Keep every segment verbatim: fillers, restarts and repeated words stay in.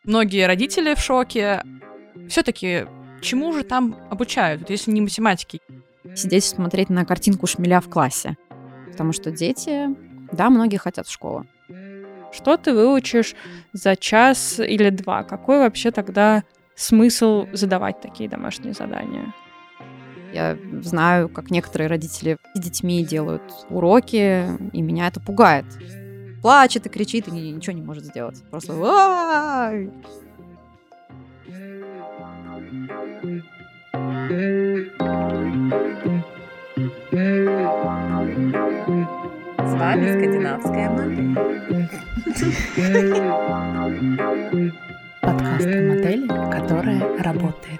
Многие родители в шоке. Все-таки чему же там обучают, если не математики? Сидеть и смотреть на картинку шмеля в классе. Потому что дети, да, многие хотят в школу. Что ты выучишь за час или два? Какой вообще тогда смысл задавать такие домашние задания? Я знаю, как некоторые родители с детьми делают уроки, и меня это пугает. Плачет и кричит, и ничего не может сделать. Просто «Ай!». С вами скандинавская модель. Подкаст о модели, которая работает.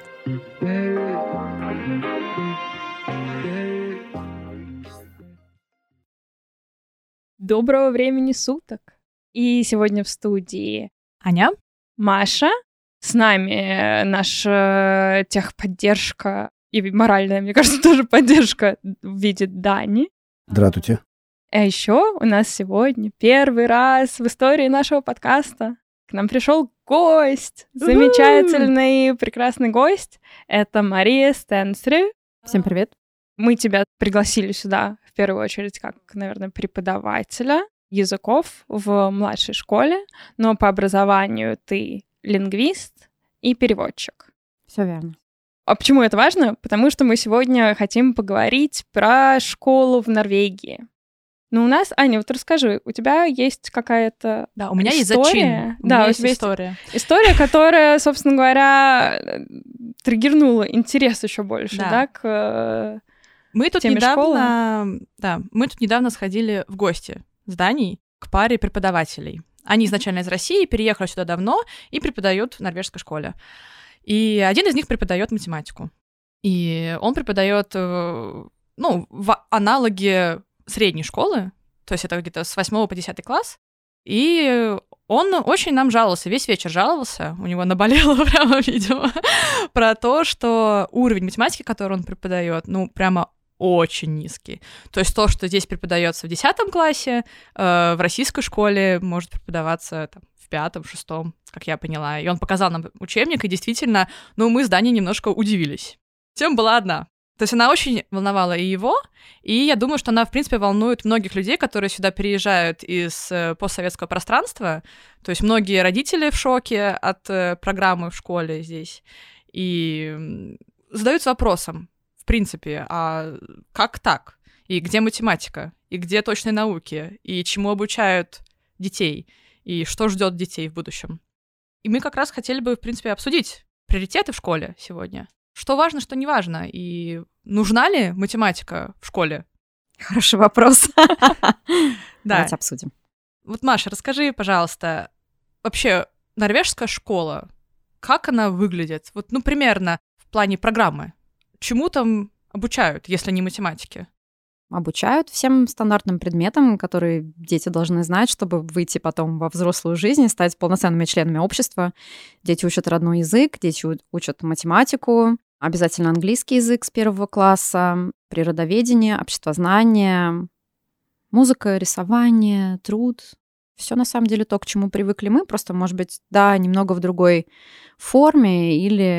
Доброго времени суток. И сегодня в студии Аня, Маша. С нами наша техподдержка и моральная, мне кажется, тоже поддержка в виде Дани. Здравствуйте. А еще у нас сегодня первый раз в истории нашего подкаста к нам пришел гость, замечательный, прекрасный гость. Это Мария Стенсрю. Всем привет. Мы тебя пригласили сюда в первую очередь как, наверное, преподавателя языков в младшей школе, но по образованию ты лингвист и переводчик. Все верно. А почему это важно? Потому что мы сегодня хотим поговорить про школу в Норвегии. Ну, у нас, Аня, вот расскажи, у тебя есть какая-то Да, у меня история? есть зачин. У да, меня у есть тебя история. Есть история, которая, собственно говоря, триггернула интерес еще больше, да, Да. к Мы тут теме недавно, да, мы тут недавно сходили в гости с Даней к паре преподавателей. Они изначально из России, переехали сюда давно и преподают в норвежской школе. И один из них преподает математику. И он преподает, ну, в аналоге средней школы, то есть это где-то с восьмого по десятый класс. И он очень нам жаловался, весь вечер жаловался, у него наболело прямо, видимо, про то, что уровень математики, который он преподает, ну, прямо очень низкий. То есть то, что здесь преподается в десятом классе, э, в российской школе может преподаваться там, в пятом, шестом, как я поняла. И он показал нам учебник, и действительно, ну, мы с Даней немножко удивились. Тема была одна. То есть она очень волновала и его, и я думаю, что она, в принципе, волнует многих людей, которые сюда переезжают из постсоветского пространства. То есть многие родители в шоке от программы в школе здесь. И задаются вопросом, в принципе, а как так? И где математика? И где точные науки? И чему обучают детей? И что ждет детей в будущем? И мы как раз хотели бы, в принципе, обсудить приоритеты в школе сегодня. Что важно, что не важно? И нужна ли математика в школе? Хороший вопрос. Да. Давайте обсудим. Вот, Маша, расскажи, пожалуйста, вообще норвежская школа, как она выглядит? Вот, ну, примерно в плане программы. Чему там обучают, если не математике? Обучают всем стандартным предметам, которые дети должны знать, чтобы выйти потом во взрослую жизнь и стать полноценными членами общества. Дети учат родной язык, дети учат математику, обязательно английский язык с первого класса, природоведение, обществознание, музыка, рисование, труд. Все на самом деле то, к чему привыкли мы, просто, может быть, да, немного в другой форме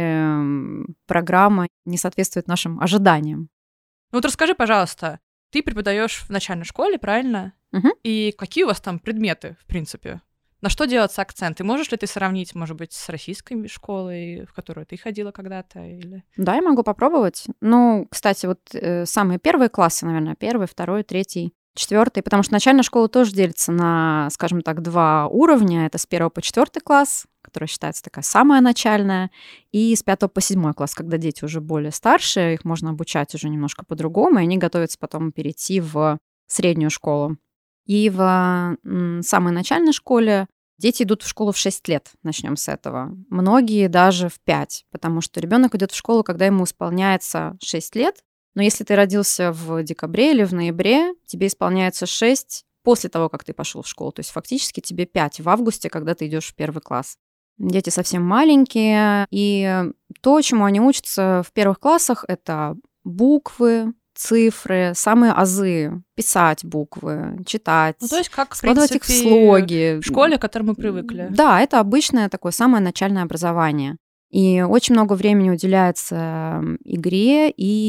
или программа не соответствует нашим ожиданиям. Ну вот расскажи, пожалуйста, ты преподаешь в начальной школе, правильно? Угу. И какие у вас там предметы, в принципе? На что делается акцент? И можешь ли ты сравнить, может быть, с российской школой, в которую ты ходила когда-то? Или... Да, я могу попробовать. Ну, кстати, вот э, самые первые классы, наверное, первый, второй, третий, четвертый, потому что начальная школа тоже делится на, скажем так, два уровня. Это с первого по четвертый класс, которая считается такая самая начальная, и с пятого по седьмой класс, когда дети уже более старшие, их можно обучать уже немножко по-другому, и они готовятся потом перейти в среднюю школу. И в м, самой начальной школе дети идут в школу в шесть лет, начнем с этого. Многие даже в пять, потому что ребенок идет в школу, когда ему исполняется шесть лет, но если ты родился в декабре или в ноябре, тебе исполняется шесть после того, как ты пошел в школу. То есть фактически тебе пять в августе, когда ты идешь в первый класс. Дети совсем маленькие, и то, чему они учатся в первых классах, это буквы, цифры, самые азы, писать буквы, читать, Ну, то есть как, в складывать их в принципе, слоги. в школе, к которой мы привыкли. Да, это обычное такое самое начальное образование. И очень много времени уделяется игре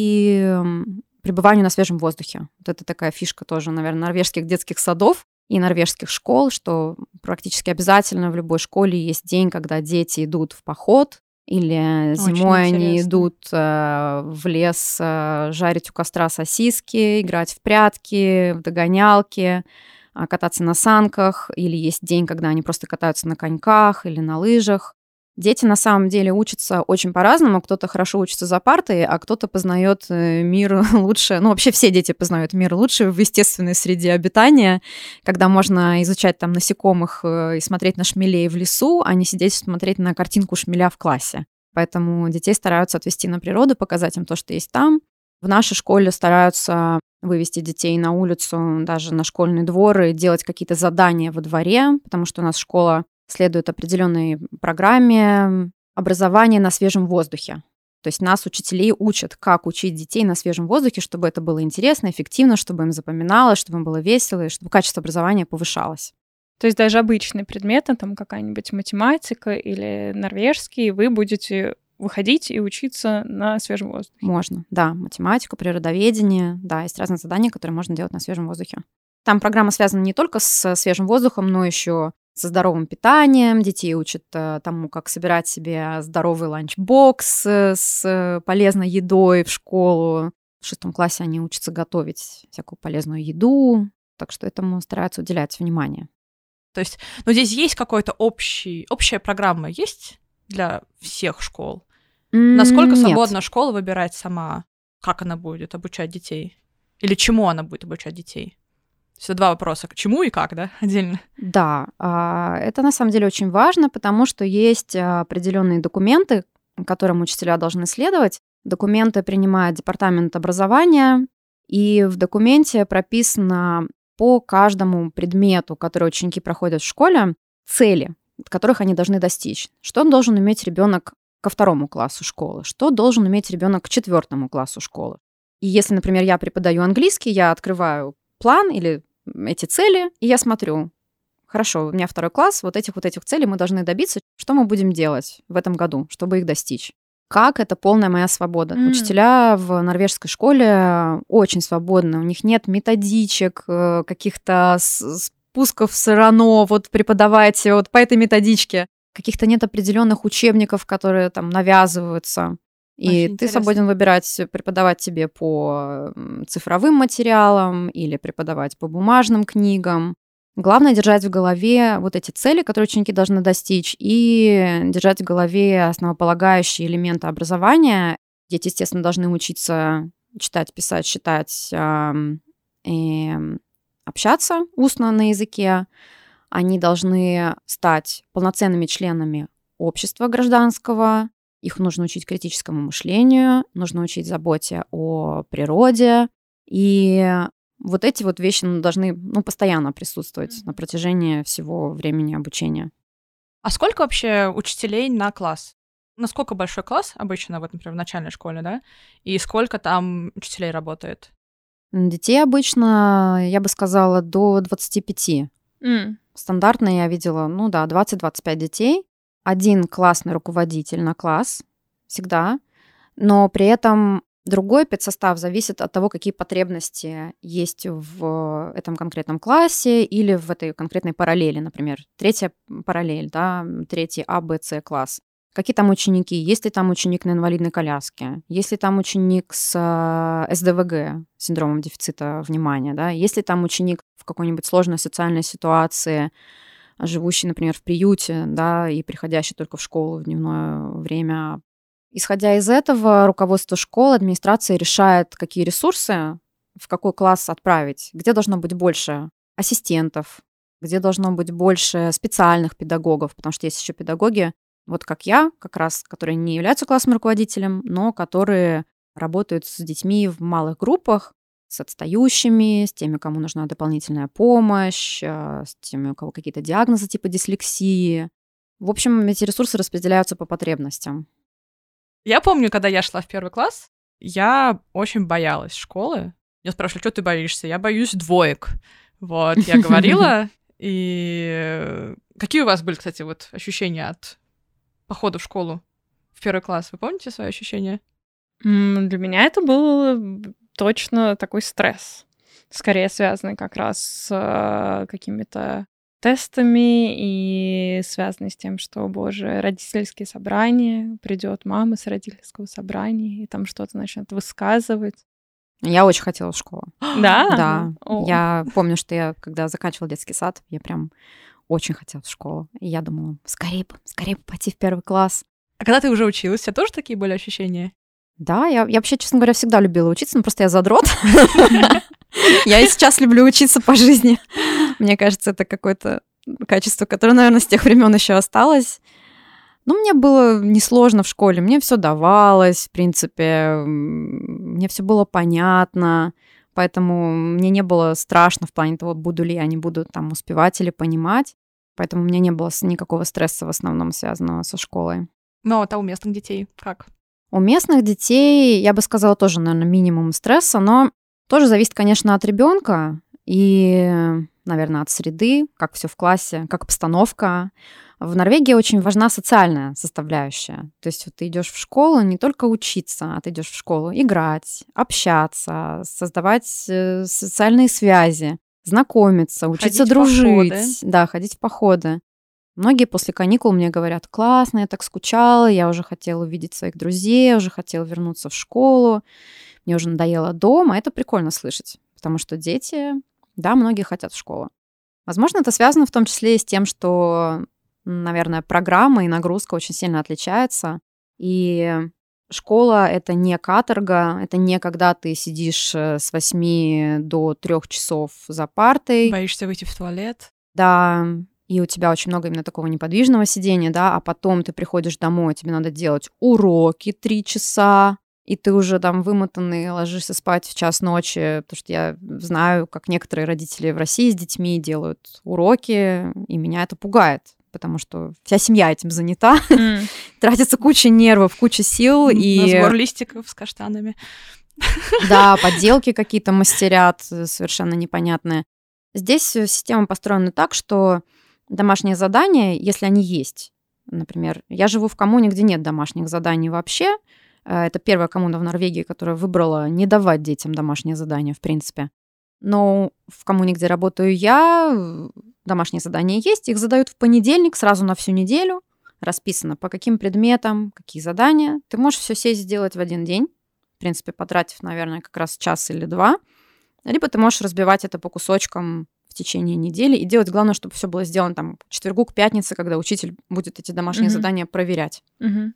и пребыванию на свежем воздухе. Вот это такая фишка тоже, наверное, норвежских детских садов и норвежских школ, что практически обязательно в любой школе есть день, когда дети идут в поход, или Очень зимой они интересно. идут э, в лес э, жарить у костра сосиски, играть в прятки, в догонялки, э, кататься на санках, или есть день, когда они просто катаются на коньках или на лыжах. Дети на самом деле учатся очень по-разному. Кто-то хорошо учится за партой, а кто-то познает мир лучше. Ну, вообще все дети познают мир лучше в естественной среде обитания, когда можно изучать там насекомых и смотреть на шмелей в лесу, а не сидеть и смотреть на картинку шмеля в классе. Поэтому детей стараются отвести на природу, показать им то, что есть там. В нашей школе стараются вывести детей на улицу, даже на школьный двор, и делать какие-то задания во дворе, потому что у нас школа следует определенной программе образования на свежем воздухе. То есть нас, учителей, учат, как учить детей на свежем воздухе, чтобы это было интересно, эффективно, чтобы им запоминалось, чтобы им было весело, и чтобы качество образования повышалось. То есть даже обычные предметы, там какая-нибудь математика или норвежский, вы будете выходить и учиться на свежем воздухе? Можно, да. Математику, природоведение, да, есть разные задания, которые можно делать на свежем воздухе. Там программа связана не только с свежим воздухом, но еще со здоровым питанием. Детей учат тому, как собирать себе здоровый ланчбокс с полезной едой в школу. В шестом классе они учатся готовить всякую полезную еду, так что этому стараются уделять внимание. То есть, ну, здесь есть какой-то общий, общая программа есть для всех школ? Насколько Нет. свободно школа выбирать сама, как она будет обучать детей? Или чему она будет обучать детей? Это два вопроса. К чему и как, да, отдельно? Да, это на самом деле очень важно, потому что есть определенные документы, которым учителя должны следовать. Документы принимает департамент образования, и в документе прописано по каждому предмету, который ученики проходят в школе, цели, которых они должны достичь. Что должен уметь ребенок ко второму классу школы? Что должен уметь ребенок к четвертому классу школы? И если, например, я преподаю английский, я открываю план или эти цели, и я смотрю, хорошо, у меня второй класс, вот этих вот этих целей мы должны добиться, что мы будем делать в этом году, чтобы их достичь. Как это полная моя свобода. Mm. Учителя в норвежской школе очень свободны, у них нет методичек, каких-то спусков с РАНО, вот преподавайте вот по этой методичке, каких-то нет определенных учебников, которые там навязываются. И Очень ты интересно. свободен выбирать, преподавать тебе по цифровым материалам или преподавать по бумажным книгам. Главное держать в голове вот эти цели, которые ученики должны достичь, и держать в голове основополагающие элементы образования. Дети, естественно, должны учиться читать, писать, считать и общаться устно на языке. Они должны стать полноценными членами общества гражданского. Их нужно учить критическому мышлению, нужно учить заботе о природе. И вот эти вот вещи ну, должны ну, постоянно присутствовать mm-hmm. на протяжении всего времени обучения. А сколько вообще учителей на класс? Насколько большой класс обычно, вот, например, в начальной школе, да? И сколько там учителей работает? Детей обычно, я бы сказала, до двадцати пяти. Mm. Стандартно я видела, ну да, двадцать-двадцать пять детей. Один классный руководитель на класс всегда, но при этом другой педсостав зависит от того, какие потребности есть в этом конкретном классе или в этой конкретной параллели, например. Третья параллель, да, третий А, Б, С класс. Какие там ученики? Есть ли там ученик на инвалидной коляске? Есть ли там ученик с эс дэ вэ гэ, синдромом дефицита внимания? Да? Есть ли там ученик в какой-нибудь сложной социальной ситуации, живущий, например, в приюте, да, и приходящий только в школу в дневное время? Исходя из этого, руководство школы, администрация решает, какие ресурсы в какой класс отправить, где должно быть больше ассистентов, где должно быть больше специальных педагогов, потому что есть еще педагоги, вот как я, как раз, которые не являются классным руководителем, но которые работают с детьми в малых группах, с отстающими, с теми, кому нужна дополнительная помощь, с теми, у кого какие-то диагнозы типа дислексии. В общем, эти ресурсы распределяются по потребностям. Я помню, когда я шла в первый класс, Я очень боялась школы. Меня спрашивали, что ты боишься? Я боюсь двоек. Вот, я говорила. И какие у вас были, кстати, вот ощущения от похода в школу в первый класс? Вы помните свои ощущения? Для меня это был точно такой стресс. Скорее связанный как раз с э, какими-то тестами и связанный с тем, что, боже, родительские собрания, придет мама с родительского собрания и там что-то начнет высказывать. Я очень хотела в школу. Да? Да. О. Я помню, что я, когда заканчивала детский сад, я прям очень хотела в школу. И я думала, скорее бы, скорее бы пойти в первый класс. А когда ты уже училась, у тебя тоже такие были ощущения? Да, я, я вообще, честно говоря, всегда любила учиться, но просто я задрот. Я и сейчас люблю учиться по жизни. Мне кажется, это какое-то качество, которое, наверное, с тех времен еще осталось. Ну, мне было несложно в школе, мне все давалось, в принципе, мне все было понятно, поэтому мне не было страшно в плане того, буду ли я, не буду там успевать или понимать, поэтому у меня не было никакого стресса в основном связанного со школой. Ну, а у местных детей как? У местных детей, я бы сказала, тоже, наверное, минимум стресса, но тоже зависит, конечно, от ребенка и, наверное, от среды, как все в классе, как обстановка. В Норвегии очень важна социальная составляющая. То есть вот ты идешь в школу не только учиться, а ты идешь в школу играть, общаться, создавать социальные связи, знакомиться, учиться Ходить в дружить, походы. да, ходить в походы. Многие после каникул мне говорят: классно, я так скучала, я уже хотела увидеть своих друзей, уже хотела вернуться в школу, мне уже надоело дома. Это прикольно слышать, потому что дети, да, многие хотят в школу. Возможно, это связано в том числе и с тем, что, наверное, программа и нагрузка очень сильно отличаются. И школа — это не каторга, это не когда ты сидишь с восьми до трех часов за партой. Боишься выйти в туалет? Да, и у тебя очень много именно такого неподвижного сидения, да, а потом ты приходишь домой, тебе надо делать уроки три часа, и ты уже там вымотанный, ложишься спать в час ночи, потому что я знаю, как некоторые родители в России с детьми делают уроки, и меня это пугает, потому что вся семья этим занята, Mm. тратится куча нервов, куча сил, и... Сбор листиков с каштанами. Да, подделки какие-то мастерят совершенно непонятные. Здесь система построена так, что домашние задания, если они есть, например, я живу в коммуне, где нет домашних заданий вообще. Это первая коммуна в Норвегии, которая выбрала не давать детям домашние задания, в принципе. Но в коммуне, где работаю я, домашние задания есть. Их задают в понедельник сразу на всю неделю. Расписано, по каким предметам, какие задания. Ты можешь все сесть сделать в один день, в принципе, потратив, наверное, как раз час или два. Либо ты можешь разбивать это по кусочкам в течение недели и делать, главное, чтобы все было сделано там к четвергу, к пятнице, когда учитель будет эти домашние Мгм. задания проверять. Мгм.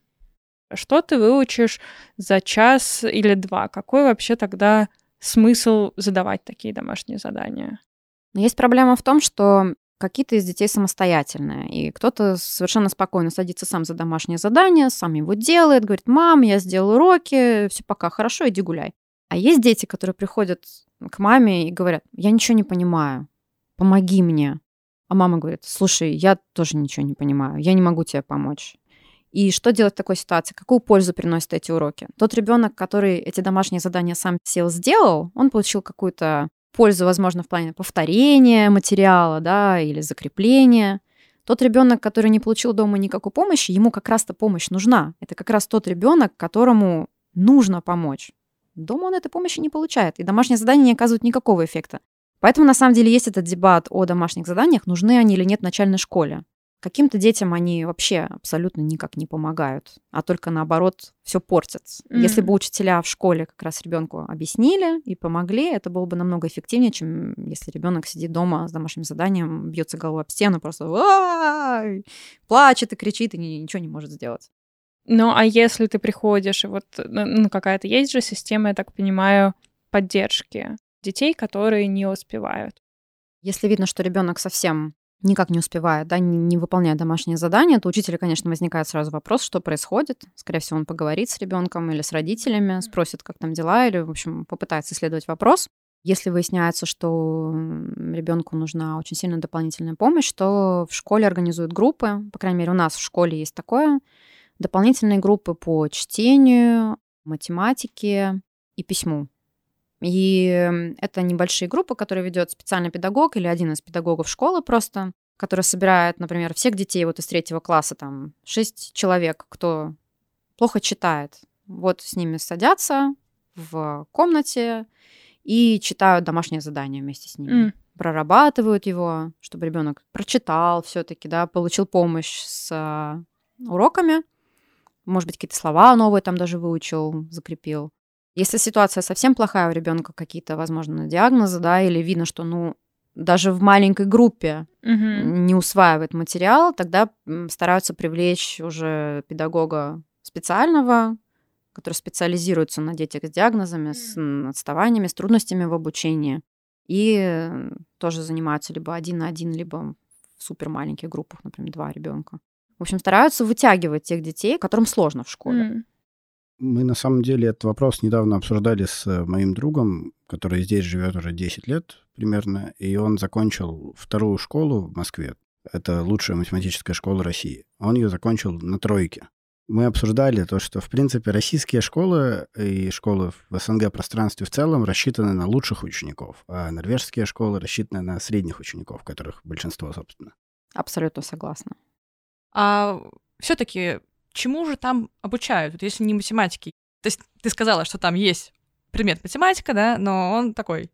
Что ты выучишь за час или два? Какой вообще тогда смысл задавать такие домашние задания? Но есть проблема в том, что какие-то из детей самостоятельные, и кто-то совершенно спокойно садится сам за домашнее задание, сам его делает, говорит: мам, я сделал уроки, все, пока, хорошо, иди гуляй. А есть дети, которые приходят к маме и говорят: я ничего не понимаю, помоги мне. А мама говорит: слушай, я тоже ничего не понимаю, я не могу тебе помочь. И что делать в такой ситуации? Какую пользу приносят эти уроки? Тот ребенок, который эти домашние задания сам сел, сделал, он получил какую-то пользу, возможно, в плане повторения материала, да, или закрепления. Тот ребенок, который не получил дома никакой помощи, ему как раз-то помощь нужна. Это как раз тот ребенок, которому нужно помочь. Дома он этой помощи не получает, и домашние задания не оказывают никакого эффекта. Поэтому, на самом деле, есть этот дебат о домашних заданиях, нужны они или нет в начальной школе. Каким-то детям они вообще абсолютно никак не помогают, а только наоборот все портят. М. Если бы учителя в школе как раз ребенку объяснили и помогли, это было бы намного эффективнее, чем если ребенок сидит дома с домашним заданием, бьется головой об стену, просто «Ай!», плачет и кричит, и ни- ничего не может сделать. Ну, а если ты приходишь, и вот ну, ну, какая-то есть же система, я так понимаю, поддержки детей, которые не успевают. Если видно, что ребенок совсем никак не успевает, да, не, не выполняет домашние задания, то у учителя, конечно, возникает сразу вопрос, что происходит. Скорее всего, он поговорит с ребенком или с родителями, спросит, как там дела, или, в общем, попытается исследовать вопрос. Если выясняется, что ребенку нужна очень сильно дополнительная помощь, то в школе организуют группы, по крайней мере, у нас в школе есть такое, дополнительные группы по чтению, математике и письму. И это небольшие группы, которые ведет специальный педагог или один из педагогов школы просто, который собирает, например, всех детей вот из третьего класса, там, шесть человек, кто плохо читает. Вот с ними садятся в комнате и читают домашнее задание вместе с ними. Mm. Прорабатывают его, чтобы ребенок прочитал все-таки, да, получил помощь с уроками. Может быть, какие-то слова новые там даже выучил, закрепил. Если ситуация совсем плохая у ребенка, какие-то, возможно, диагнозы, да, или видно, что, ну, даже в маленькой группе mm-hmm. не усваивает материал, тогда стараются привлечь уже педагога специального, который специализируется на детях с диагнозами, mm-hmm. с отставаниями, с трудностями в обучении. И тоже занимаются либо один на один, либо в супер маленьких группах, например, два ребенка. В общем, стараются вытягивать тех детей, которым сложно в школе. Mm. Мы, на самом деле, этот вопрос недавно обсуждали с моим другом, который здесь живет уже десять лет примерно, и он закончил вторую школу в Москве. Это лучшая математическая школа России. Он ее закончил на тройке. Мы обсуждали то, что, в принципе, российские школы и школы в СНГ пространстве в целом рассчитаны на лучших учеников, а норвежские школы рассчитаны на средних учеников, которых большинство, собственно. Абсолютно согласна. А все-таки чему же там обучают, вот если не математики? То есть ты сказала, что там есть предмет математика, да, но он такой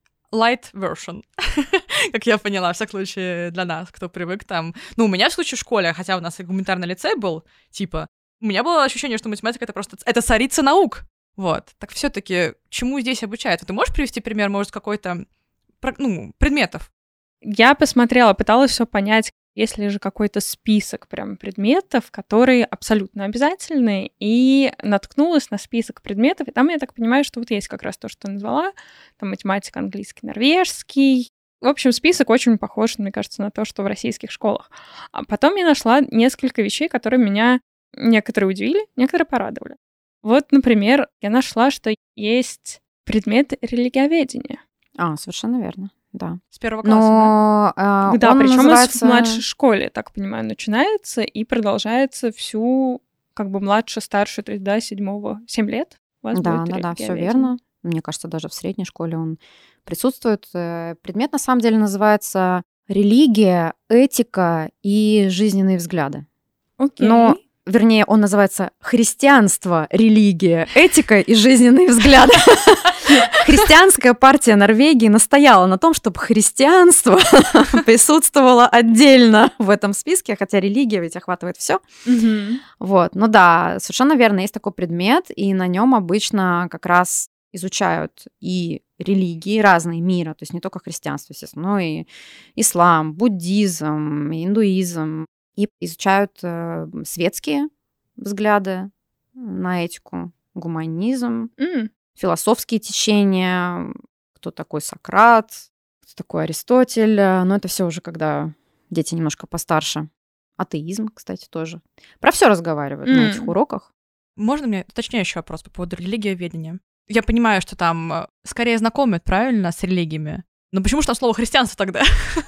light version, как я поняла, во всяком случае для нас, кто привык там. Ну, у меня в случае в школе, хотя у нас и гуманитарный лицей был, типа, у меня было ощущение, что математика — это просто... Это царица наук. Вот. Так все-таки чему здесь обучают? Ты можешь привести пример, может, какой-то, ну, предметов? Я посмотрела, пыталась все понять, есть ли же какой-то список прям предметов, которые абсолютно обязательны, и наткнулась на список предметов, и там я так понимаю, что вот есть как раз то, что ты назвала, там математика, английский, норвежский. В общем, список очень похож, мне кажется, на то, что в российских школах. А потом я нашла несколько вещей, которые меня некоторые удивили, некоторые порадовали. Вот, например, я нашла, что есть предмет религиоведения. А, совершенно верно. Да. С первого класса, Но, да? Э, да, причем называется... в младшей школе, так понимаю, начинается и продолжается всю, как бы, младше, старше, то есть до седьмого, семь лет у вас Да, будет да, да, все религиоведение. верно. Мне кажется, даже в средней школе он присутствует. Предмет, на самом деле, называется «Религия, этика и жизненные взгляды». Окей. Но, вернее, он называется «Христианство, религия, этика и жизненные взгляды». Христианская партия Норвегии настояла на том, чтобы христианство присутствовало отдельно в этом списке, хотя религия ведь охватывает все. Mm-hmm. Вот, ну да, совершенно верно, есть такой предмет, и на нем обычно как раз изучают и религии разные мира, то есть не только христианство, естественно, но и ислам, буддизм, индуизм, и изучают э, светские взгляды на этику, гуманизм, Mm. философские течения, кто такой Сократ, кто такой Аристотель, но это все уже когда дети немножко постарше. Атеизм, кстати, тоже. Про все разговаривают mm. на этих уроках. Можно мне уточняющий вопрос по поводу религиоведения? Я понимаю, что там скорее знакомят, правильно, с религиями. Но почему же там слово «христианство» тогда?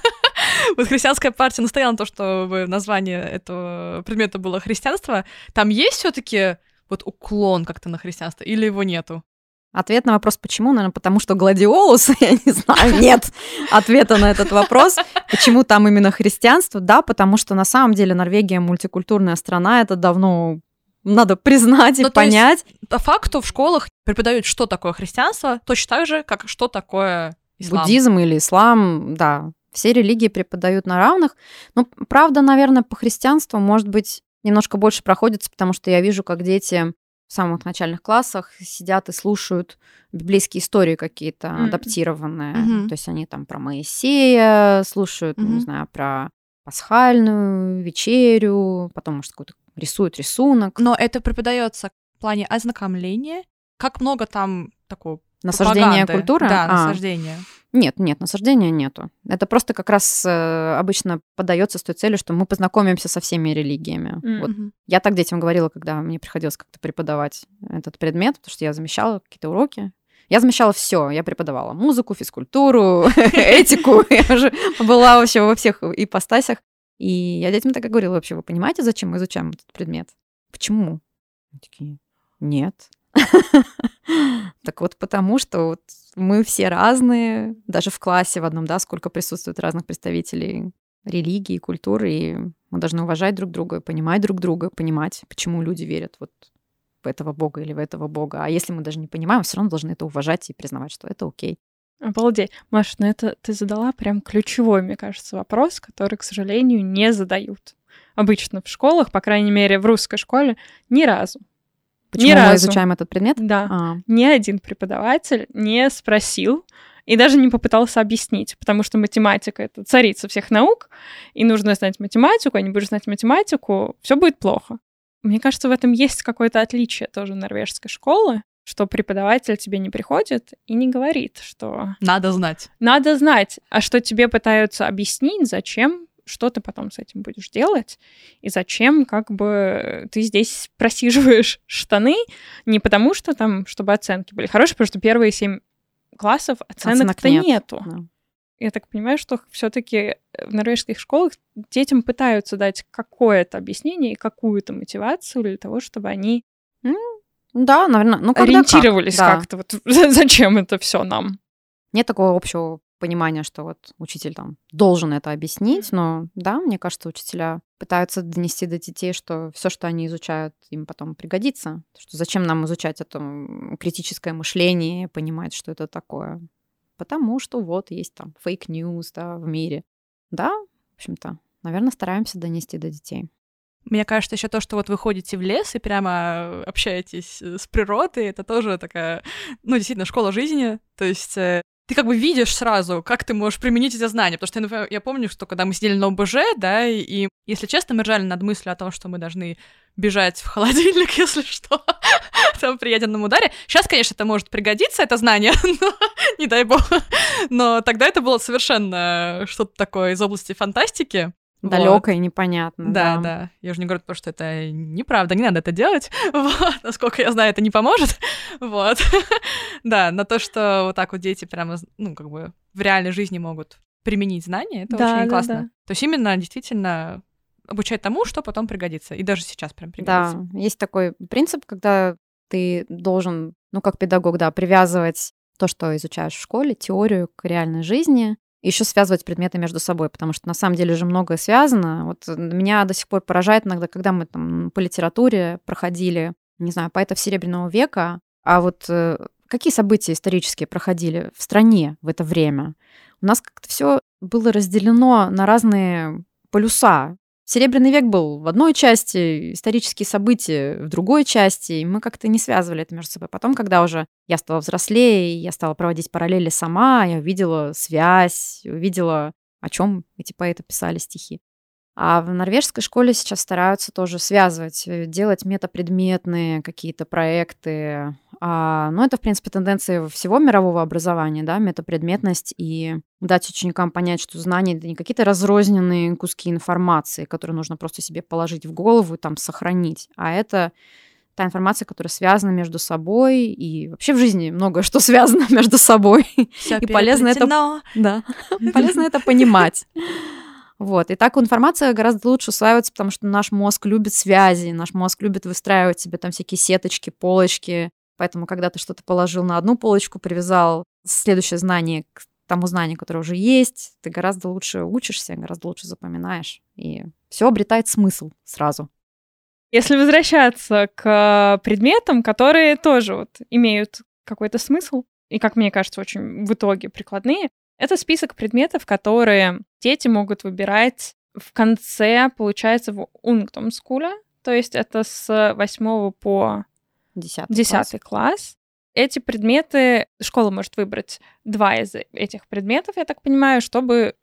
Вот христианская партия настояла на то, чтобы название этого предмета было христианство. Там есть все-таки вот уклон как-то на христианство или его нету? Ответ на вопрос «почему?» наверное, потому что гладиолус, я не знаю, нет ответа на этот вопрос. Почему там именно христианство? Да, потому что на самом деле Норвегия мультикультурная страна, это давно надо признать и ну, понять. Есть, по факту в школах преподают, что такое христианство, точно так же, как что такое ислам. Буддизм или ислам, да. Все религии преподают на равных. Но, правда, наверное, по христианству, может быть, немножко больше проходится, потому что я вижу, как дети в самых начальных классах сидят и слушают библейские истории какие-то mm. адаптированные. Mm-hmm. То есть они там про Моисея слушают, mm-hmm. не знаю, про пасхальную вечерю, потом, может, какой-то рисуют рисунок. Но это преподается в плане ознакомления. Как много там такого насаждения пропаганды? Культуры? Да, а. насаждения. Нет, нет, насаждения нету. Это просто как раз э, обычно подается с той целью, что мы познакомимся со всеми религиями. Mm-hmm. Вот. Я так детям говорила, когда мне приходилось как-то преподавать этот предмет, потому что я замещала какие-то уроки. Я замещала все. Я преподавала музыку, физкультуру, этику. Я уже была вообще во всех ипостасях. И я детям так и говорила: вообще, вы понимаете, зачем мы изучаем этот предмет? Почему? Они такие: нет. Так вот потому, что вот мы все разные, даже в классе в одном, да, сколько присутствует разных представителей религии, культуры, и мы должны уважать друг друга, понимать друг друга, понимать, почему люди верят вот в этого бога или в этого бога. А если мы даже не понимаем, все равно должны это уважать и признавать, что это окей. Обалдеть. Маша, ну это ты задала прям ключевой, мне кажется, вопрос, который, к сожалению, не задают. Обычно в школах, по крайней мере, в русской школе, ни разу. Почему ни мы разу. изучаем этот предмет? Да. А. Ни один преподаватель не спросил и даже не попытался объяснить, потому что математика — это царица всех наук, и нужно знать математику, а не будешь знать математику, все будет плохо. Мне кажется, в этом есть какое-то отличие тоже норвежской школы, что преподаватель тебе не приходит и не говорит, что... Надо знать. Надо знать, а что тебе пытаются объяснить, зачем, что ты потом с этим будешь делать, и зачем как бы ты здесь просиживаешь штаны, не потому что там, чтобы оценки были хорошие, потому что первые семь классов оценок-то Оценок нет. нету. Да. Я так понимаю, что все-таки в норвежских школах детям пытаются дать какое-то объяснение и какую-то мотивацию для того, чтобы они Да, наверное. Ну, когда ориентировались как. Да. как-то. Вот зачем это все нам? Нет такого общего понимания, что вот учитель там должен это объяснить, но да, мне кажется, учителя пытаются донести до детей, что все, что они изучают, им потом пригодится. Что зачем нам изучать это критическое мышление, понимать, что это такое? Потому что вот есть там фейк-ньюс, да, в мире. Да, в общем-то, наверное, стараемся донести до детей. Мне кажется, еще то, что вот вы ходите в лес и прямо общаетесь с природой, это тоже такая, ну, действительно, школа жизни. То есть ты как бы видишь сразу, как ты можешь применить эти знания. Потому что, например, я помню, что когда мы сидели на ОБЖ, да, и, и если честно, мы ржали над мыслью о том, что мы должны бежать в холодильник, если что, там при ядерном ударе. Сейчас, конечно, это может пригодиться, это знание, но не дай бог. Но тогда это было совершенно что-то такое из области фантастики. Далёкое, вот. Непонятно. Да, да, да. Я же не говорю, потому что это неправда, не надо это делать. Вот. Насколько я знаю, это не поможет. Вот. Да, на то, что вот так вот дети прямо, ну, как бы в реальной жизни могут применить знания, это да, очень да, классно. Да. То есть именно действительно обучать тому, что потом пригодится. И даже сейчас прям пригодится. Да, есть такой принцип, когда ты должен, ну, как педагог, да, привязывать то, что изучаешь в школе, теорию к реальной жизни, и еще связывать предметы между собой, потому что на самом деле же многое связано. Вот меня до сих пор поражает иногда, когда мы там по литературе проходили, не знаю, поэтов Серебряного века, а вот э, какие события исторические проходили в стране в это время? У нас как-то все было разделено на разные полюса. Серебряный век был в одной части, исторические события в другой части, и мы как-то не связывали это между собой. Потом, когда уже я стала взрослее, я стала проводить параллели сама, я увидела связь, увидела, о чем эти поэты писали стихи. А в норвежской школе сейчас стараются тоже связывать, делать метапредметные какие-то проекты. А, ну, это, в принципе, тенденция всего мирового образования, да, метапредметность, и дать ученикам понять, что знания — это не какие-то разрозненные куски информации, которые нужно просто себе положить в голову и там сохранить, а это та информация, которая связана между собой, и вообще в жизни многое что связано между собой. Всё и полезно это, да, полезно это понимать. Вот. И так информация гораздо лучше усваивается, потому что наш мозг любит связи, наш мозг любит выстраивать себе там всякие сеточки, полочки. Поэтому, когда ты что-то положил на одну полочку, привязал следующее знание к тому знанию, которое уже есть, ты гораздо лучше учишься, гораздо лучше запоминаешь. И все обретает смысл сразу. Если возвращаться к предметам, которые тоже вот имеют какой-то смысл, и, как мне кажется, очень в итоге прикладные, это список предметов, которые дети могут выбирать в конце, получается, в ungdomsskole, то есть это с восьмого по десятый класс. Эти предметы школа может выбрать два из этих предметов, я так понимаю, чтобы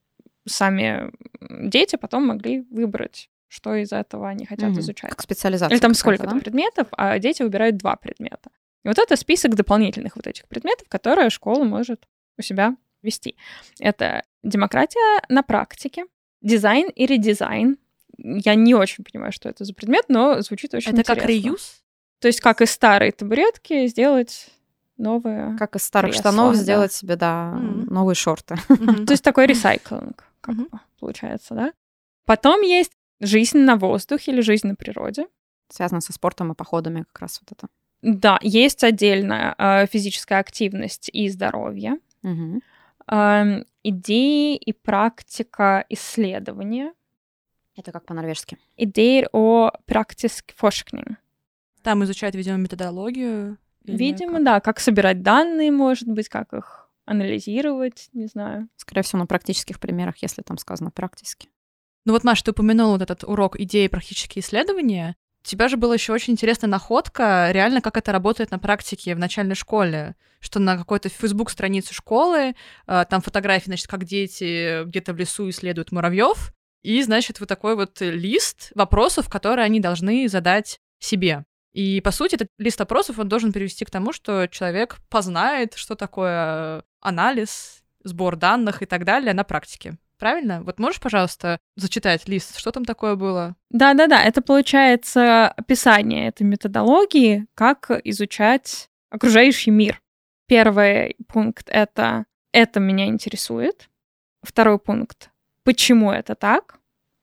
сами дети потом могли выбрать, что из этого они хотят угу. изучать. Как специализация. Или там сколько-то да? предметов, а дети выбирают два предмета. И вот это список дополнительных вот этих предметов, которые школа может у себя вести. Это демократия на практике, дизайн и редизайн. Я не очень понимаю, что это за предмет, но звучит очень это интересно. Это как реюз? То есть как из старой табуретки сделать новые... Как из старых кресла, штанов да. сделать себе, да, mm-hmm. новые шорты. Mm-hmm. То есть такой ресайклинг, как mm-hmm. получается, да? Потом есть жизнь на воздухе или жизнь на природе. Связано со спортом и походами как раз вот это. Да, есть отдельная э, физическая активность и здоровье, Мгм. эм, идеи и практика исследования. Это как по-норвежски. Idéer og praktisk forskning. Там изучают, видимо, методологию. или Видимо, как? да, как собирать данные, может быть, как их анализировать, не знаю. Скорее всего, на практических примерах, если там сказано практически. Ну вот, Маша, ты упомянула вот этот урок идеи и практические исследования. У тебя же была еще очень интересная находка, реально, как это работает на практике в начальной школе, что на какой-то фейсбук-странице школы э, там фотографии, значит, как дети где-то в лесу исследуют муравьев, и, значит, вот такой вот лист вопросов, которые они должны задать себе. И, по сути, этот лист вопросов, он должен привести к тому, что человек познает, что такое анализ, сбор данных и так далее на практике. Правильно? Вот можешь, пожалуйста, зачитать лист? Что там такое было? Да-да-да, это получается описание этой методологии, как изучать окружающий мир. Первый пункт — это «это меня интересует». Второй пункт — «почему это так?».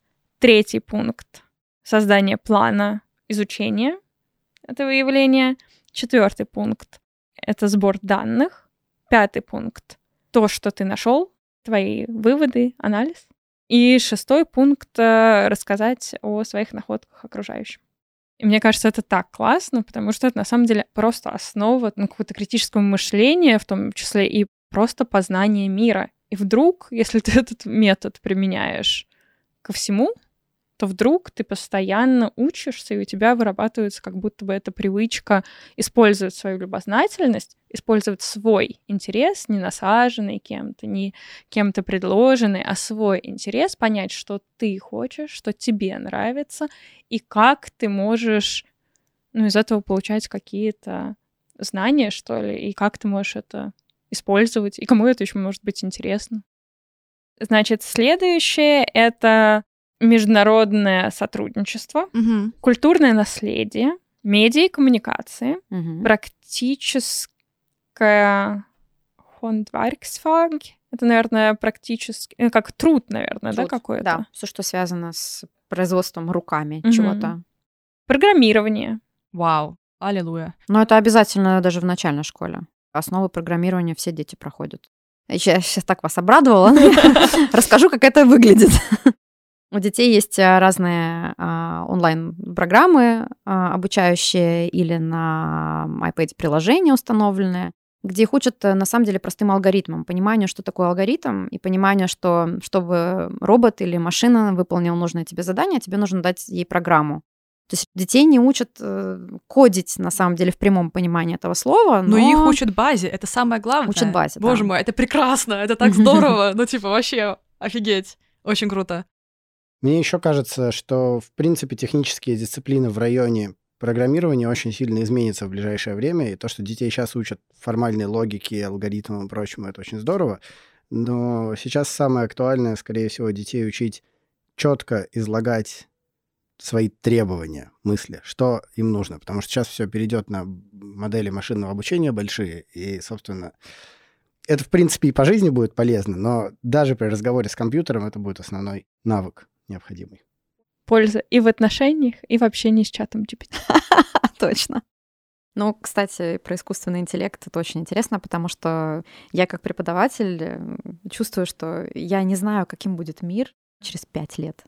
Третий пункт — создание плана изучения этого явления. Четвертый пункт — это сбор данных. Пятый пункт — то, что ты нашел, твои выводы, анализ. И шестой пункт — рассказать о своих находках окружающим. И мне кажется, это так классно, потому что это на самом деле просто основа ну, какого-то критического мышления, в том числе и просто познания мира. И вдруг, если ты этот метод применяешь ко всему, то вдруг ты постоянно учишься, и у тебя вырабатывается как будто бы эта привычка использовать свою любознательность, использовать свой интерес, не насаженный кем-то, не кем-то предложенный, а свой интерес, понять, что ты хочешь, что тебе нравится, и как ты можешь ну, из этого получать какие-то знания, что ли, и как ты можешь это использовать, и кому это еще может быть интересно. Значит, следующее — это международное сотрудничество, Мгм. культурное наследие, медиа и коммуникации, Мгм. практическое håndverksfag. Это, наверное, практически... э, как труд, наверное, да, Труд. какой-то? Да, все, что связано с производством руками Мгм. чего-то. Программирование. Вау. Аллилуйя. Но это обязательно даже в начальной школе. Основы программирования все дети проходят. Я сейчас так вас обрадовала. Расскажу, как это выглядит. У детей есть а, разные а, онлайн-программы, а, обучающие или на iPad приложения установленные, где их учат э, на самом деле простым алгоритмам, пониманию, что такое алгоритм, и пониманию, что чтобы робот или машина выполнил нужное тебе задание, тебе нужно дать ей программу. То есть детей не учат э, кодить, на самом деле, в прямом понимании этого слова, но, Но их учат базе, это самое главное. Учат базе, Боже да. мой, это прекрасно, это так здорово. Ну, типа, вообще, офигеть. Очень круто. Мне еще кажется, что, в принципе, технические дисциплины в районе программирования очень сильно изменятся в ближайшее время, и то, что детей сейчас учат формальной логике, алгоритмам и прочему, это очень здорово. Но сейчас самое актуальное, скорее всего, детей учить четко излагать свои требования, мысли, что им нужно, потому что сейчас все перейдет на модели машинного обучения большие, и, собственно, это, в принципе, и по жизни будет полезно, но даже при разговоре с компьютером это будет основной навык необходимый. Польза и в отношениях, и в общении с чатом джи пи ти. Точно. Ну, кстати, про искусственный интеллект это очень интересно, потому что я как преподаватель э, чувствую, что я не знаю, каким будет мир через пять лет.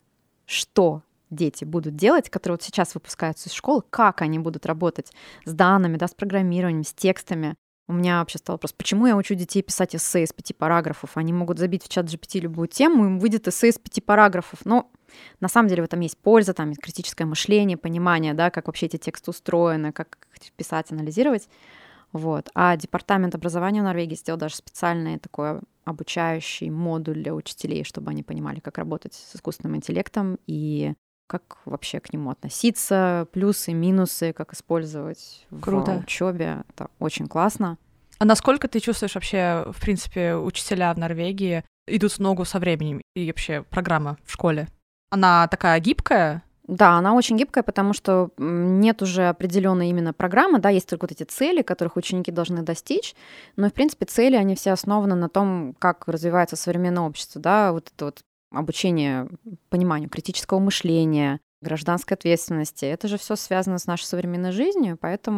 Что дети будут делать, которые вот сейчас выпускаются из школы, как они будут работать с данными, да, с программированием, с текстами. У меня вообще стал вопрос, почему я учу детей писать эссе из пяти параграфов? Они могут забить в чат джи пи ти любую тему, им выйдет эссе из пяти параграфов. Но на самом деле в этом есть польза, там есть критическое мышление, понимание, да, как вообще эти тексты устроены, как их писать, анализировать. Вот. А департамент образования в Норвегии сделал даже специальный такой обучающий модуль для учителей, чтобы они понимали, как работать с искусственным интеллектом и как вообще к нему относиться, плюсы, минусы, как использовать Круто. в учебе. Это очень классно. А насколько ты чувствуешь вообще, в принципе, учителя в Норвегии идут в ногу со временем и вообще программа в школе? Она такая гибкая? Да, она очень гибкая, потому что нет уже определенной именно программы, да, есть только вот эти цели, которых ученики должны достичь, но, в принципе, цели, они все основаны на том, как развивается современное общество, да, вот это вот обучение пониманию критического мышления, гражданской ответственности. Это же все связано с нашей современной жизнью, поэтому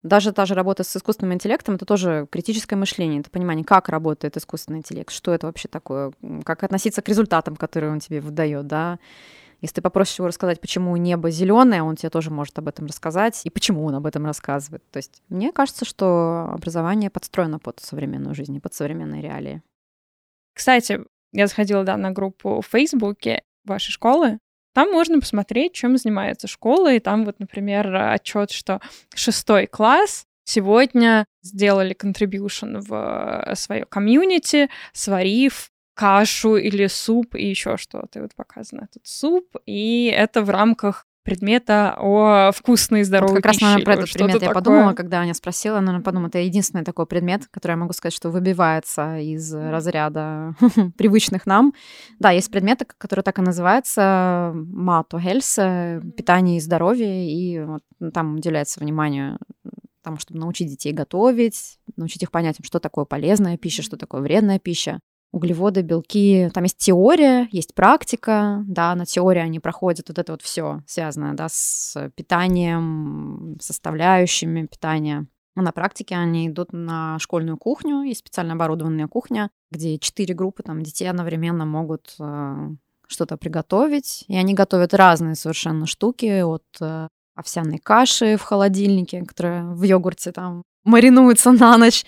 Даже та же работа с искусственным интеллектом — это тоже критическое мышление, это понимание, как работает искусственный интеллект, что это вообще такое, как относиться к результатам, которые он тебе выдает, да. Если ты попросишь его рассказать, почему небо зеленое, он тебе тоже может об этом рассказать, и почему он об этом рассказывает. То есть мне кажется, что образование подстроено под современную жизнь, под современные реалии. Кстати, я заходила, да, на группу в Фейсбуке вашей школы. Там можно посмотреть, чем занимается школа, и там вот, например, отчет, что шестой класс сегодня сделали contribution в свое комьюнити, сварив кашу или суп и еще что-то. И вот показано тут суп, и это в рамках предмета о вкусной и здоровой вот как пище. раз, наверное, про этот вот предмет я такое. подумала, когда Аня спросила, наверное, подумала, это единственный такой предмет, который я могу сказать, что выбивается из разряда привычных нам. Да, есть предметы, которые так и называются «Мато Хельс», питание и здоровье, и вот там уделяется внимание тому, чтобы научить детей готовить, научить их понять, что такое полезная пища, что такое вредная пища. Углеводы, белки. Там есть теория, есть практика, да, на теории они проходят вот это вот все связанное, да, с питанием, составляющими питания. А на практике они идут на школьную кухню, есть специально оборудованная кухня, где четыре группы там детей одновременно могут э, что-то приготовить, и они готовят разные совершенно штуки, от э, овсяной каши в холодильнике, которая в йогурте там маринуется на ночь.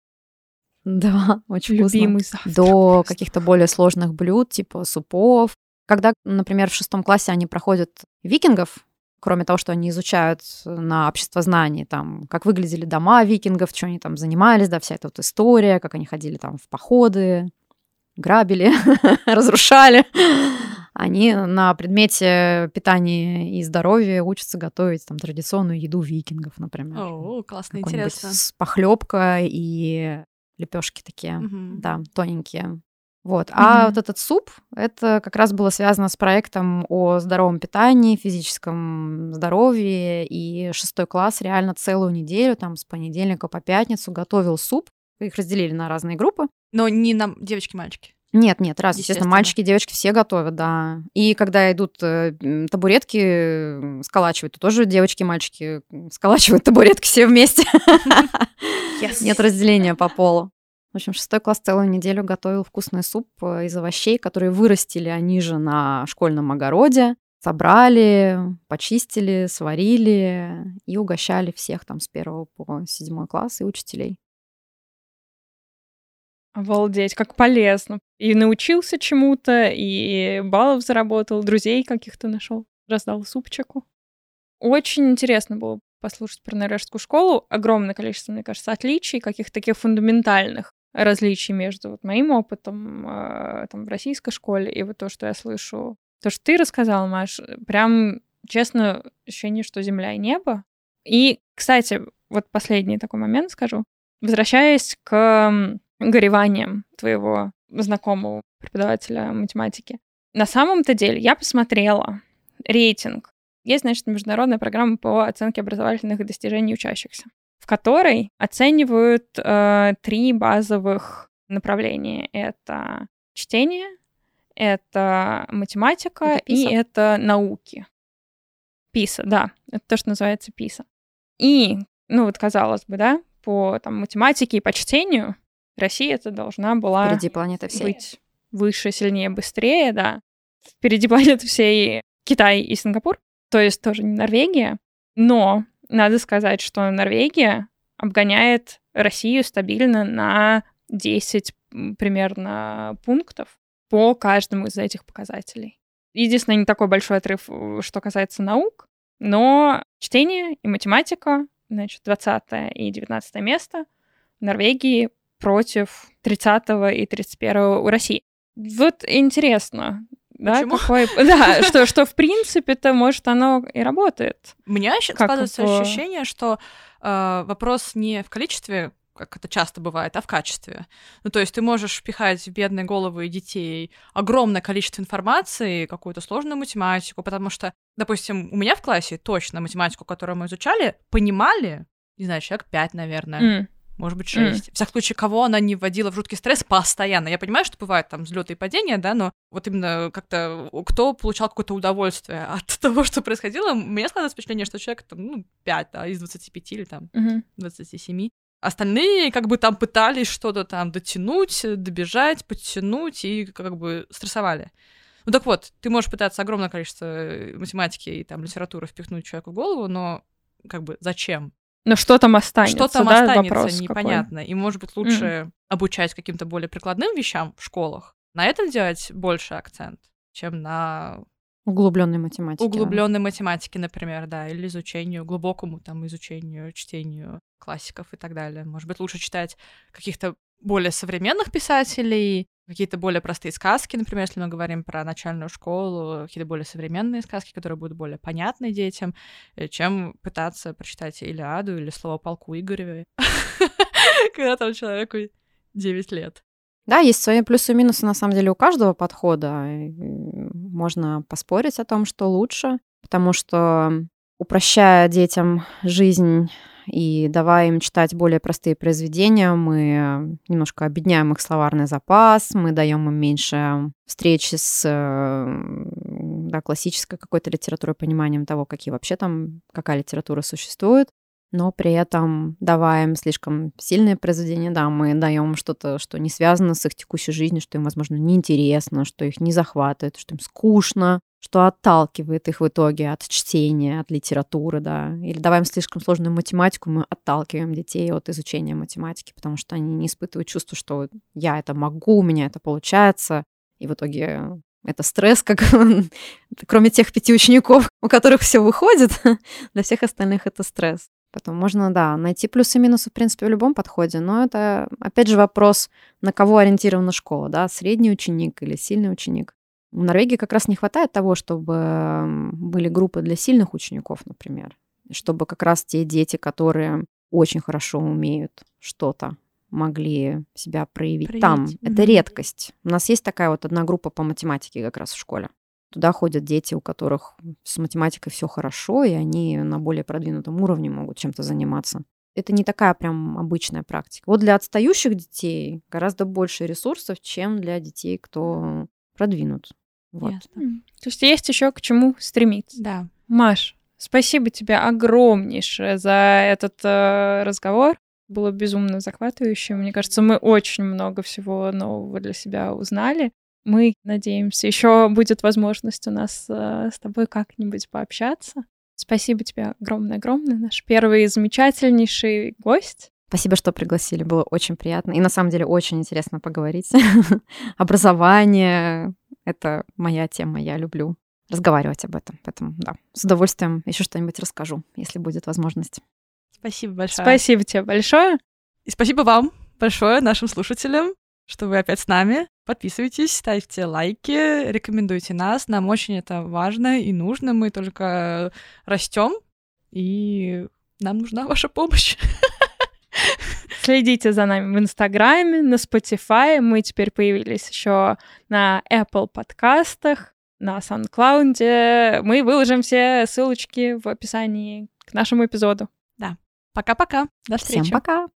Да, очень Любимый вкусно. завтрак До просто. каких-то более сложных блюд, типа супов. Когда, например, в шестом классе они проходят викингов, кроме того, что они изучают на обществознании, там, как выглядели дома викингов, что они там занимались, да, вся эта вот история, как они ходили там в походы, грабили, разрушали. Они на предмете питания и здоровья учатся готовить там традиционную еду викингов, например. О, классно, Какой-нибудь интересно. с похлебка и лепешки такие, Мгм. да, тоненькие. Вот. А Мгм. вот этот суп, это как раз было связано с проектом о здоровом питании, физическом здоровье, и шестой класс реально целую неделю, там, с понедельника по пятницу готовил суп. Их разделили на разные группы. Но не нам, девочки-мальчики. Нет, нет, раз, естественно, Естественно. мальчики и девочки все готовят, да. И когда идут э, м, табуретки э, сколачивать, то тоже девочки и мальчики сколачивают табуретки все вместе. Yes. Нет разделения по полу. В общем, шестой класс целую неделю готовил вкусный суп э, из овощей, которые вырастили они же на школьном огороде, собрали, почистили, сварили и угощали всех там с первого по седьмой класс и учителей. Обалдеть, как полезно. И научился чему-то, и баллов заработал, друзей каких-то нашел, раздал супчику. Очень интересно было послушать про норвежскую школу. Огромное количество, мне кажется, отличий, каких-то таких фундаментальных различий между вот моим опытом э, там, в российской школе и вот то, что я слышу. То, что ты рассказала, Маш, прям, честно, ощущение, что земля и небо. И, кстати, вот последний такой момент скажу. Возвращаясь к гореваниям твоего знакомого преподавателя математики. На самом-то деле я посмотрела рейтинг. Есть, значит, международная программа по оценке образовательных достижений учащихся, в которой оценивают э, три базовых направления. Это чтение, это математика Это и писа? это науки. писа, да. Это то, что называется писа. И, ну вот казалось бы, да, по там, математике и по чтению Россия это должна была Впереди планеты всей. быть выше, сильнее, быстрее, да. Впереди планеты всей Китай и Сингапур, то есть тоже не Норвегия. Но надо сказать, что Норвегия обгоняет Россию стабильно на десять примерно пунктов по каждому из этих показателей. Единственное, не такой большой отрыв, что касается наук, но чтение и математика, значит, двадцатое и девятнадцатое место в Норвегии против тридцатого и тридцать первого у России. Вот интересно, да, Почему? какой, да, что, что в принципе-то, может, оно и работает. У меня ощ- Как складывается по- ощущение, что э, вопрос не в количестве, как это часто бывает, а в качестве. Ну, то есть ты можешь впихать в бедные головы детей огромное количество информации, какую-то сложную математику, потому что, допустим, у меня в классе точно математику, которую мы изучали, понимали, не знаю, человек пять, наверное. М. может быть, шесть. Mm. В всяком случае, кого она не вводила в жуткий стресс постоянно. Я понимаю, что бывают там взлеты и падения, да, но вот именно как-то кто получал какое-то удовольствие от того, что происходило, у меня складывается впечатление, что человек там, ну, пять, да, из двадцати пяти или там mm-hmm. двадцати семи. Остальные как бы там пытались что-то там дотянуть, добежать, подтянуть и как бы стрессовали. Ну так вот, ты можешь пытаться огромное количество математики и там литературы впихнуть человеку в голову, но как бы зачем? Но что там останется, Что там да, останется, вопрос непонятно. какой? И, может быть, лучше mm. обучать каким-то более прикладным вещам в школах, на этом делать больше акцент, чем на... Углубленной математике. Углубленной математике, например, да, или изучению, глубокому там изучению, чтению классиков и так далее. Может быть, лучше читать каких-то более современных писателей, какие-то более простые сказки, например, если мы говорим про начальную школу, какие-то более современные сказки, которые будут более понятны детям, чем пытаться прочитать Илиаду или Слово полку Игоревой, когда там человеку девять лет. Да, есть свои плюсы и минусы, на самом деле, у каждого подхода. Можно поспорить о том, что лучше, потому что, упрощая детям жизнь и давая им читать более простые произведения, мы немножко обедняем их словарный запас, мы даем им меньше встречи с да, классической какой-то литературой, пониманием того, какие вообще там, какая литература существует, но при этом давая им слишком сильные произведения, да, мы даем что-то, что не связано с их текущей жизнью, что им, возможно, неинтересно, что их не захватывает, что им скучно, что отталкивает их в итоге от чтения, от литературы, да. Или давая им слишком сложную математику, мы отталкиваем детей от изучения математики, потому что они не испытывают чувство, что я это могу, у меня это получается, и в итоге это стресс, как кроме тех пяти учеников, у которых все выходит, для всех остальных это стресс. Поэтому можно, да, найти плюсы и минусы, в принципе, в любом подходе, но это, опять же, вопрос, на кого ориентирована школа, да, средний ученик или сильный ученик. В Норвегии как раз не хватает того, чтобы были группы для сильных учеников, например, чтобы как раз те дети, которые очень хорошо умеют что-то, могли себя проявить, проявить. Там. Mm-hmm. Это редкость. У нас есть такая вот одна группа по математике как раз в школе. Туда ходят дети, у которых с математикой все хорошо, и они на более продвинутом уровне могут чем-то заниматься. Это не такая прям обычная практика. Вот для отстающих детей гораздо больше ресурсов, чем для детей, кто продвинут. Вот. Ясно. То есть есть еще к чему стремиться. Да. Маш, спасибо тебе огромнейшее за этот э, разговор. Было безумно захватывающе. Мне кажется, мы очень много всего нового для себя узнали. Мы надеемся, еще будет возможность у нас э, с тобой как-нибудь пообщаться. Спасибо тебе огромное-огромное. Наш первый замечательнейший гость. Спасибо, что пригласили. Было очень приятно. И на самом деле очень интересно поговорить. Образование — это моя тема. Я люблю разговаривать об этом. Поэтому, да, с удовольствием еще что-нибудь расскажу, если будет возможность. Спасибо большое. Спасибо тебе большое. И спасибо вам большое, нашим слушателям, что вы опять с нами. Подписывайтесь, ставьте лайки, рекомендуйте нас. Нам очень это важно и нужно. Мы только растем, и нам нужна ваша помощь. Следите за нами в Инстаграме, на Spotify. Мы теперь появились еще на Apple подкастах, на SoundCloud. Мы выложим все ссылочки в описании к нашему эпизоду. Да. Пока-пока. До встречи. Всем пока.